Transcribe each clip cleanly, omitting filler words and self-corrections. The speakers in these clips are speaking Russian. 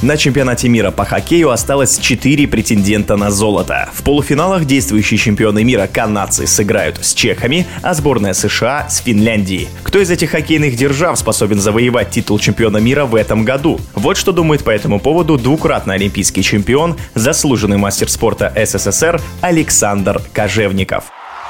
На чемпионате мира по хоккею осталось 4 претендента на золото. В полуфиналах действующие чемпионы мира канадцы сыграют с чехами, а сборная США с Финляндией. Кто из этих хоккейных держав способен завоевать титул чемпиона мира в этом году? Вот что думает по этому поводу двукратный олимпийский чемпион, заслуженный мастер спорта СССР Александр Кожевников.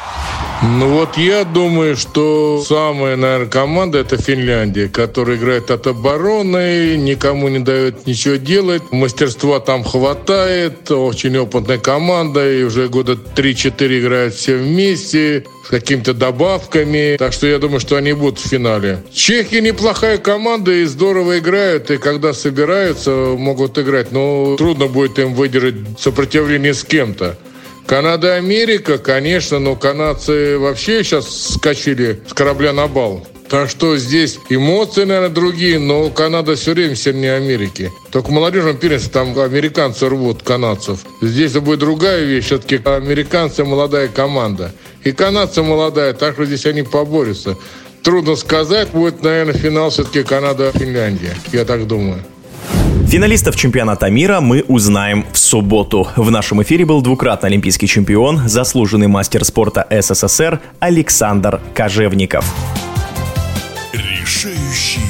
Я думаю, что самая, наверное, команда — это Финляндия, которая играет от обороны, никому не дает ничего делать. Мастерства там хватает, очень опытная команда, и уже года 3-4 играют все вместе, с какими-то добавками. Так что я думаю, что они будут в финале. Чехия неплохая команда и здорово играют, и когда собираются, могут играть. Но трудно будет им выдержать сопротивление с кем-то. Канада и Америка, конечно, но канадцы вообще сейчас скачали с корабля на бал. Так что здесь эмоции, наверное, другие, но Канада все время сильнее Америки. Только в молодежном первенстве там американцы рвут канадцев. Здесь будет другая вещь, все-таки американцы молодая команда. И канадцы молодая, так что здесь они поборются. Трудно сказать, будет, наверное, финал все-таки Канада-Финляндия, я так думаю. Финалистов чемпионата мира мы узнаем в субботу. В нашем эфире был двукратный олимпийский чемпион, заслуженный мастер спорта СССР Александр Кожевников. Решающий